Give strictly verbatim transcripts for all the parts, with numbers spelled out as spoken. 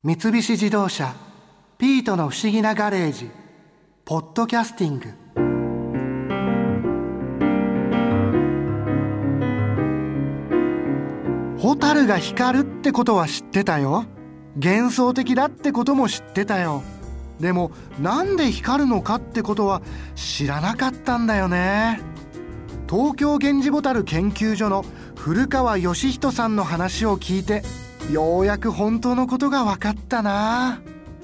三菱自動車ピートの不思議なガレージポッドキャスティング。ホタルが光るってことは知ってたよ。幻想的だってことも知ってたよ。でもなんで光るのかってことは知らなかったんだよね。東京源氏ボタル研究所の古川義人さんの話を聞いてようやく本当のことが分かったな。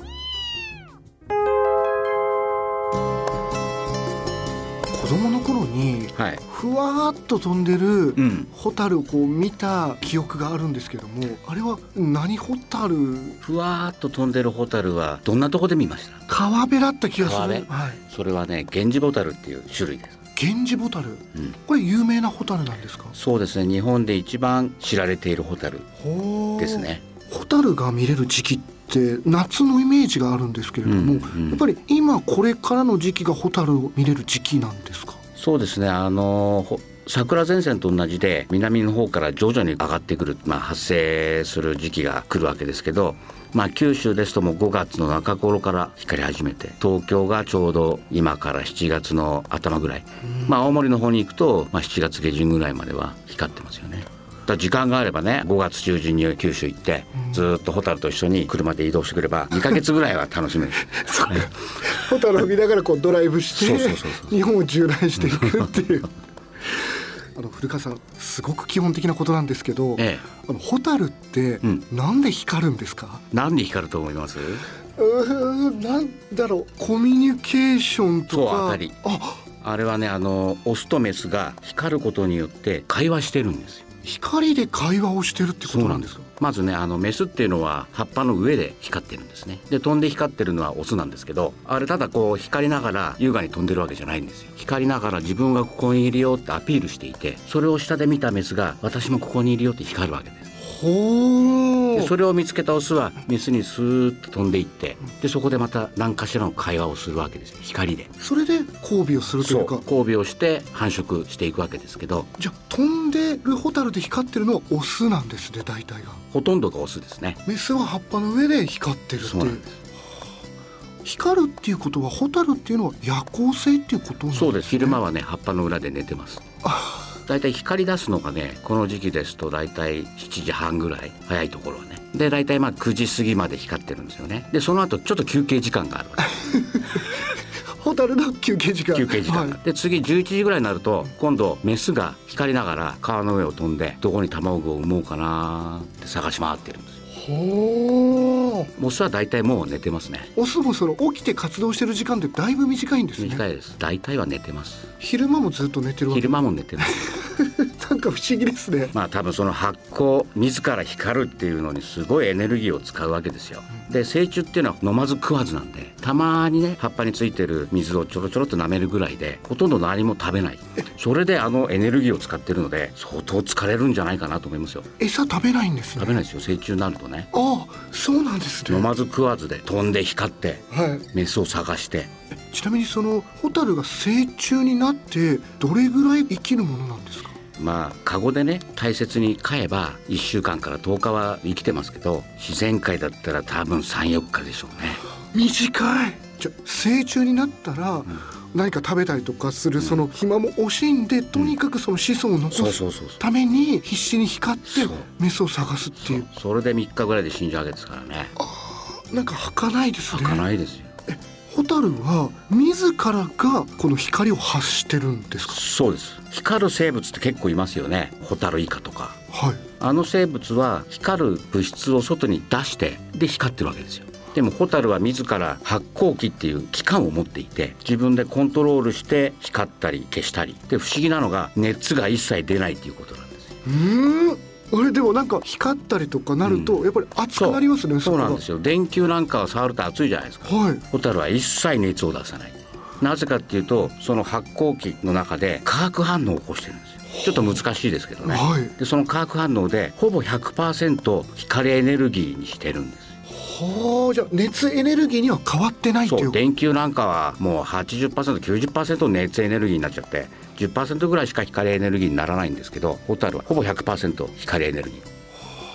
子供の頃にふわーっと飛んでるホタルをこう見た記憶があるんですけども、あれは何ホタル？ ふわーっと飛んでるホタルはどんなとこで見ました？ 川辺だった気がする。 川辺、はい、それはね源氏ボタルっていう種類です。 源氏ボタル、うん、これ有名なホタルなんですか？ そうですね、日本で一番知られているホタルですね。 ホタルが見れる時期って夏のイメージがあるんですけれども、うんうん、やっぱり今これからの時期がホタルを見れる時期なんですか？ そうですね、あの桜前線と同じで南の方から徐々に上がってくる、まあ、発生する時期が来るわけですけど、まあ、九州ですともうごがつの中頃から光り始めて、東京がちょうど今からしちがつの頭ぐらい、まあ、青森の方に行くと、まあ、しちがつ下旬ぐらいまでは光ってますよね。だ時間があればね、ごがつ中旬に九州行ってずっとホタルと一緒に車で移動してくればにかげつぐらいは楽しめるホタルを見ながらこうドライブして日本を縦断していくっていうあの古川さん、すごく基本的なことなんですけど、ええ、あのホタルってなんで光るんですか？ うん、なんで光ると思います？ うーなんだろう、コミュニケーションとか。 そう、当たり。ああれはね、あのオスとメスが光ることによって会話してるんですよ。 光で会話をしてるってことなんですか？ まずね、あのメスっていうのは葉っぱの上で光ってるんですね。で飛んで光ってるのはオスなんですけど、あれただこう光りながら優雅に飛んでるわけじゃないんですよ。光りながら自分がここにいるよってアピールしていて、それを下で見たメスが私もここにいるよって光るわけです。 ほでそれを見つけたオスはメスにスーッと飛んでいって、でそこでまた何かしらの会話をするわけですよ、光で。 それで交尾をするというか。 そう、交尾をして繁殖していくわけですけど。 じゃあ飛んでるホタルで光ってるのはオスなんですね、大体が。 ほとんどがオスですね。 メスは葉っぱの上で光ってるっていう。 そうなんです。 光るっていうことはホタルっていうのは夜行性っていうことなんですね。 そうです。昼間はね葉っぱの裏で寝てます。だいたい光り出すのがね、この時期ですとだいたいしちじはんぐらい、早いところはね。でだいたいまあくじ過ぎまで光ってるんですよね。でその後ちょっと休憩時間があるわけホタルの休憩時間休憩時間、はい、で次じゅういちじぐらいになると今度メスが光りながら川の上を飛んで、どこに卵を産もうかなって探し回ってるんですよ。 ほー。 オスはだいたいもう寝てますね。 オスもその起きて活動してる時間ってだいぶ短いんですね。 短いです。だいたいは寝てます。 昼間もずっと寝てるわけ？ 昼間も寝てますなんか不思議ですね。 まあ多分その発光、自ら光るっていうのにすごいエネルギーを使うわけですよ。で成虫っていうのは飲まず食わずなんで、たまにね葉っぱについてる水をちょろちょろっと舐めるぐらいで、ほとんど何も食べない。それであのエネルギーを使ってるので相当疲れるんじゃないかなと思いますよ。 餌食べないんですね？ 食べないですよ、成虫になるとね。 ああ、そうなんですね。 飲まず食わずで飛んで光って、はい、メスを探して。 ちなみにそのホタルが成虫になってどれぐらい生きるものなんですか？ まあカゴでね大切に飼えばいっしゅうかんからとおかは生きてますけど、自然界だったら多分さん、よっかでしょうね。 短い。じゃあ成虫になったら、うん、何か食べたりとかするその暇も惜しんで、うん、とにかくその子孫を残すために必死に光ってメスを探すっていう。 そ, それでみっかぐらいで死んじゃうわけですからね。 あ、なんか儚いですね。 儚いですよ。 ホタルは自らがこの光を発してるんですか？ そうです。光る生物って結構いますよね。ホタルイカとか、 はい、 あの生物は光る物質を外に出してで光ってるわけですよ。でもホタルは自ら発光器っていう器官を持っていて、自分でコントロールして光ったり消したりで、不思議なのが熱が一切出ないっていうことなんですよ。 うーん、あれでもなんか光ったりとかなるとやっぱり熱くなりますね。 うん、そう、そうなんですよ。電球なんかを触ると熱いじゃないですか。はい、ホタルは一切熱を出さない。なぜかっていうと、その発光器の中で化学反応を起こしてるんですよ。ちょっと難しいですけどね。はい、でその化学反応でほぼ ひゃくパーセント 光エネルギーにしてるんです。 はあ、じゃあ熱エネルギーには変わってないっていう。 そう、電球なんかはもう はちじゅっパーセント、きゅうじゅっパーセント 熱エネルギーになっちゃって、じゅっパーセント ぐらいしか光エネルギーにならないんですけど、ホタルはほぼ ひゃくパーセント 光エネルギー。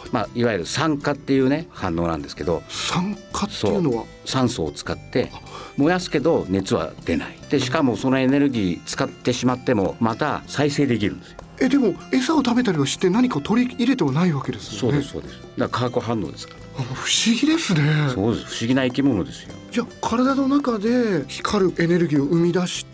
まあ、いわゆる酸化っていうね反応なんですけど、 酸化っていうのは酸素を使って燃やすけど熱は出ないで、しかもそのエネルギー使ってしまってもまた再生できるんですよ。 えでも餌を食べたりはして何かを取り入れてはないわけですよね。 そうですそうです。だから化学反応ですから。 不思議ですね。 そうです、不思議な生き物ですよ。 じゃあ体の中で光るエネルギーを生み出して、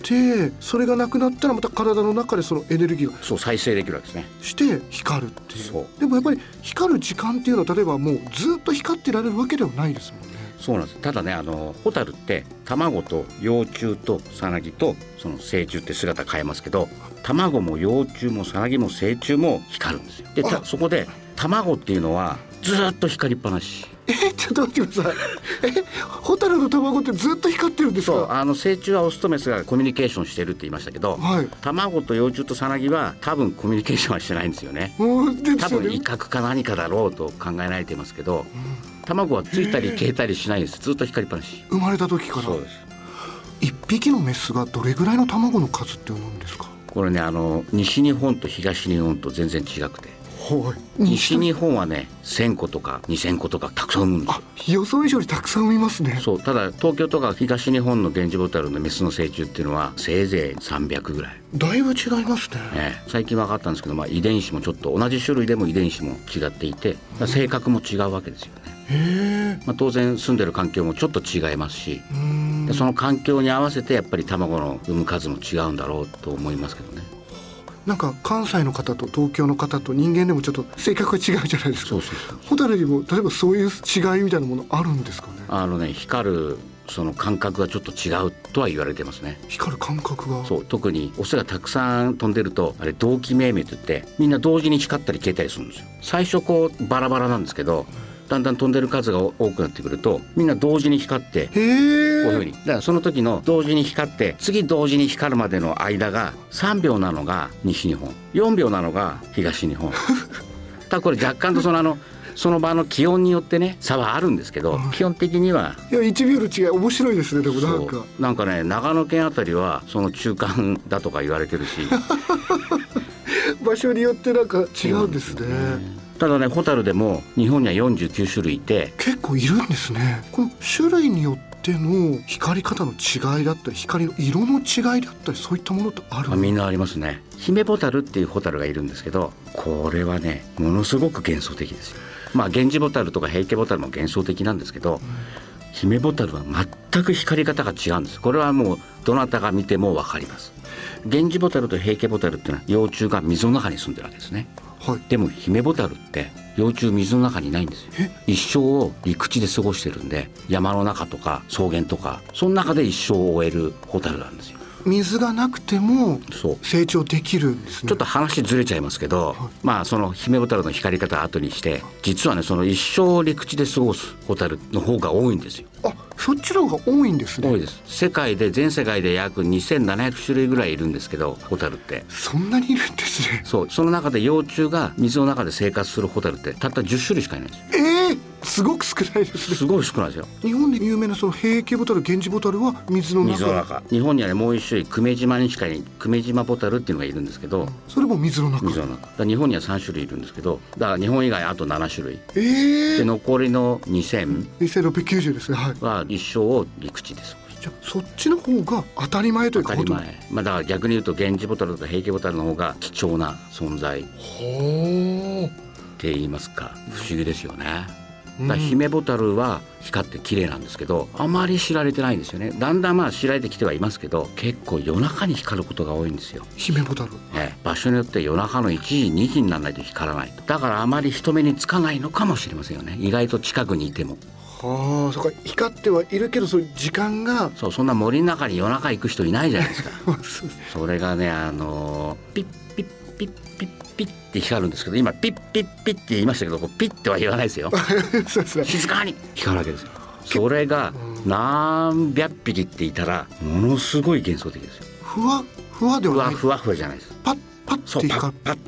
それがなくなったらまた体の中でそのエネルギーがそう再生できるわけですね。 して光るっていう。 そうでもやっぱり光る時間っていうのは例えばもうずっと光ってられるわけではないですもんね。 そうなんです。ただね、あのホタルって卵と幼虫とさなぎとその成虫って姿変えますけど、卵も幼虫もさなぎも成虫も光るんですよ。でたそこで卵っていうのはずっと光りっぱなし。 えちょっと待ってください。えホタルの卵ってずっと光ってるんですか？ そう、あの成虫はオスとメスがコミュニケーションしてるって言いましたけど、 はい、 卵と幼虫とさなぎは多分コミュニケーションはしてないんですよね。 もうですよね。 多分威嚇か何かだろうと考えられていますけど、うん、卵はついたり消えたりしないんです。ずっと光りっぱなし。 生まれた時から。 そうです。 一匹のメスがどれぐらいの卵の数って思うんですか？ これね、あの西日本と東日本と全然違くて、はい、西日本はねせんことかにせんことかたくさん産むんですよ。 あ、予想以上にたくさん産みますね。 そう、ただ東京とか東日本のゲンジボタルのメスの成虫っていうのはせいぜいさんびゃくぐらい。 だいぶ違いますね。 ね、最近分かったんですけど、まあ、遺伝子もちょっと同じ種類でも遺伝子も違っていて、性格も違うわけですよね。 へ、 まあ、当然住んでる環境もちょっと違いますし、でその環境に合わせてやっぱり卵の産む数も違うんだろうと思いますけどね。 なんか関西の方と東京の方と人間でもちょっと性格が違うじゃないですか。 そうそうそう。 ホタルにも例えばそういう違いみたいなものあるんですかね。 あのね、光るその感覚がちょっと違うとは言われてますね。 光る感覚が。 そう、特にオスがたくさん飛んでるとあれ同期命名といってみんな同時に光ったり消えたりするんですよ。最初こうバラバラなんですけど、だんだん飛んでる数が多くなってくるとみんな同時に光って、へこういうふうに、だからその時の同時に光って次同時に光るまでの間がさんびょうなのが西日本、よんびょうなのが東日本ただこれ若干とそのあのその場の気温によってね差はあるんですけど、基本的にはいやいちびょうの違い面白いですね。でもなんかなんかね、長野県あたりはその中間だとか言われてるし場所によってなんか違うんですね。 ただね、ホタルでも日本にはよんじゅうきゅうしゅるいいて結構いるんですね。この種類によっての光り方の違いだったり光の色の違いだったりそういったものってある？ あ、みんなありますね。ヒメボタルっていうホタルがいるんですけど、これはねものすごく幻想的ですよ。まあゲンジボタルとかヘイケボタルも幻想的なんですけど、うん、ヒメボタルは全く光り方が違うんです。これはもうどなたが見ても分かります。ゲンジボタルとヘイケボタルっていうのは幼虫が水の中に住んでるわけですね。はい、でもヒメボタルって幼虫水の中にいないんですよ。一生を陸地で過ごしてるんで、山の中とか草原とかその中で一生を終えるホタルなんですよ。 水がなくても成長できるんですね。 ちょっと話ずれちゃいますけど、はい、まあそのヒメボタルの光り方を後にして、実はねその一生を陸地で過ごすホタルの方が多いんですよ。 あ、そっちの方が多いんですね。 多いです。世界で全世界で約にせんななひゃくしゅるいぐらいいるんですけど、ホタルってそんなにいるんですね。 そう、その中で幼虫が水の中で生活するホタルってたったじゅっしゅるいしかいないんですよ。 えーすごく少ないですね。 すごい少ないですよ。 日本で有名なそのヘイケボタル、ゲンジボタルは水の中。 水の中。日本にはねもう一種類久米島にしかいない久米島ボタルっていうのがいるんですけど、 それも水の中。 水の中。だから日本にはさんしゅるいいるんですけど、だから日本以外あとななしゅるい。 えー、 で残りのにせんにせんろっぴゃくきゅうじゅうですね。はい。 は一生を陸地で過ごす。 じゃあそっちの方が当たり前というか。 当たり前。まあだから逆に言うとゲンジボタルとヘイケボタルの方が貴重な存在。 ほー。 って言いますか、不思議ですよね。だヒメボタルは光って綺麗なんですけど、あまり知られてないんですよね。だんだんまあ知られてきてはいますけど、結構夜中に光ることが多いんですよ。 ヒメボタル、 ね、場所によって夜中のいちじにじにならないと光らない。だからあまり人目につかないのかもしれませんよね。意外と近くにいても。 はあ、そっか、光ってはいるけどそういう時間が。 そう、そんな森の中に夜中行く人いないじゃないですかそれがね、あのー、ピッピッピッピッピッって光るんですけど、今ピッピッピッって言いましたけど、ピッっては言わないですよそうですね、 静かに光るわけですよ。それが何百匹っていたらものすごい幻想的ですよ。 ふわふわではない。 ふわふわふわじゃないです。 パッパッって光る。 パッパッって感じ。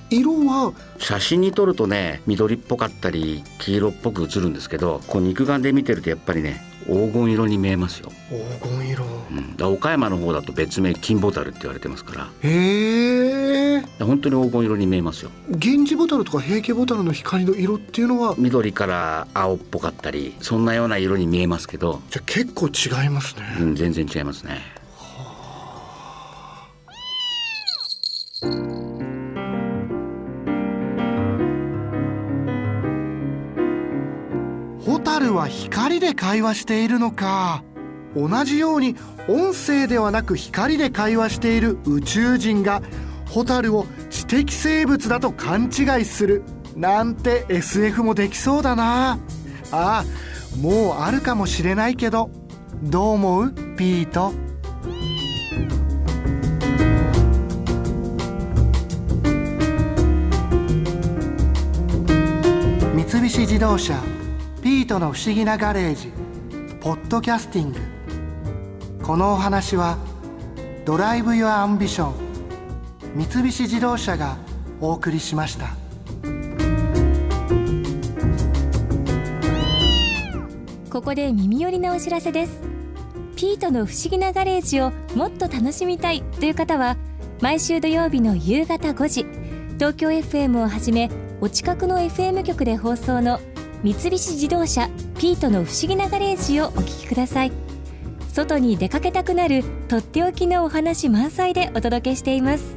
色は写真に撮るとね緑っぽかったり黄色っぽく映るんですけど、こう肉眼で見てるとやっぱりね黄金色に見えますよ。 黄金色、 うん、だから岡山の方だと別名金ボタルって言われてますから、 へえ、 本当に黄金色に見えますよ。 源氏ボタルとか平家ボタルの光の色っていうのは緑から青っぽかったりそんなような色に見えますけど、 じゃあ結構違いますね。 うん、全然違いますね。 ホタルは光で会話しているのか。同じように音声ではなく光で会話している宇宙人がホタルを知的生物だと勘違いするなんて エスエフ もできそうだなあ。もうあるかもしれないけど、どう思うピート？三菱自動車ピートの不思議なガレージポッドキャスティング。このお話はドライブ・ユア・アンビション三菱自動車がお送りしました。 ここで耳寄りなお知らせです。ピートの不思議なガレージをもっと楽しみたいという方は、毎週土曜日の夕方ごじ、東京 エフエム をはじめお近くの エフエム 局で放送の三菱自動車ピートの不思議なガレージをお聞きください。外に出かけたくなるとっておきのお話満載でお届けしています。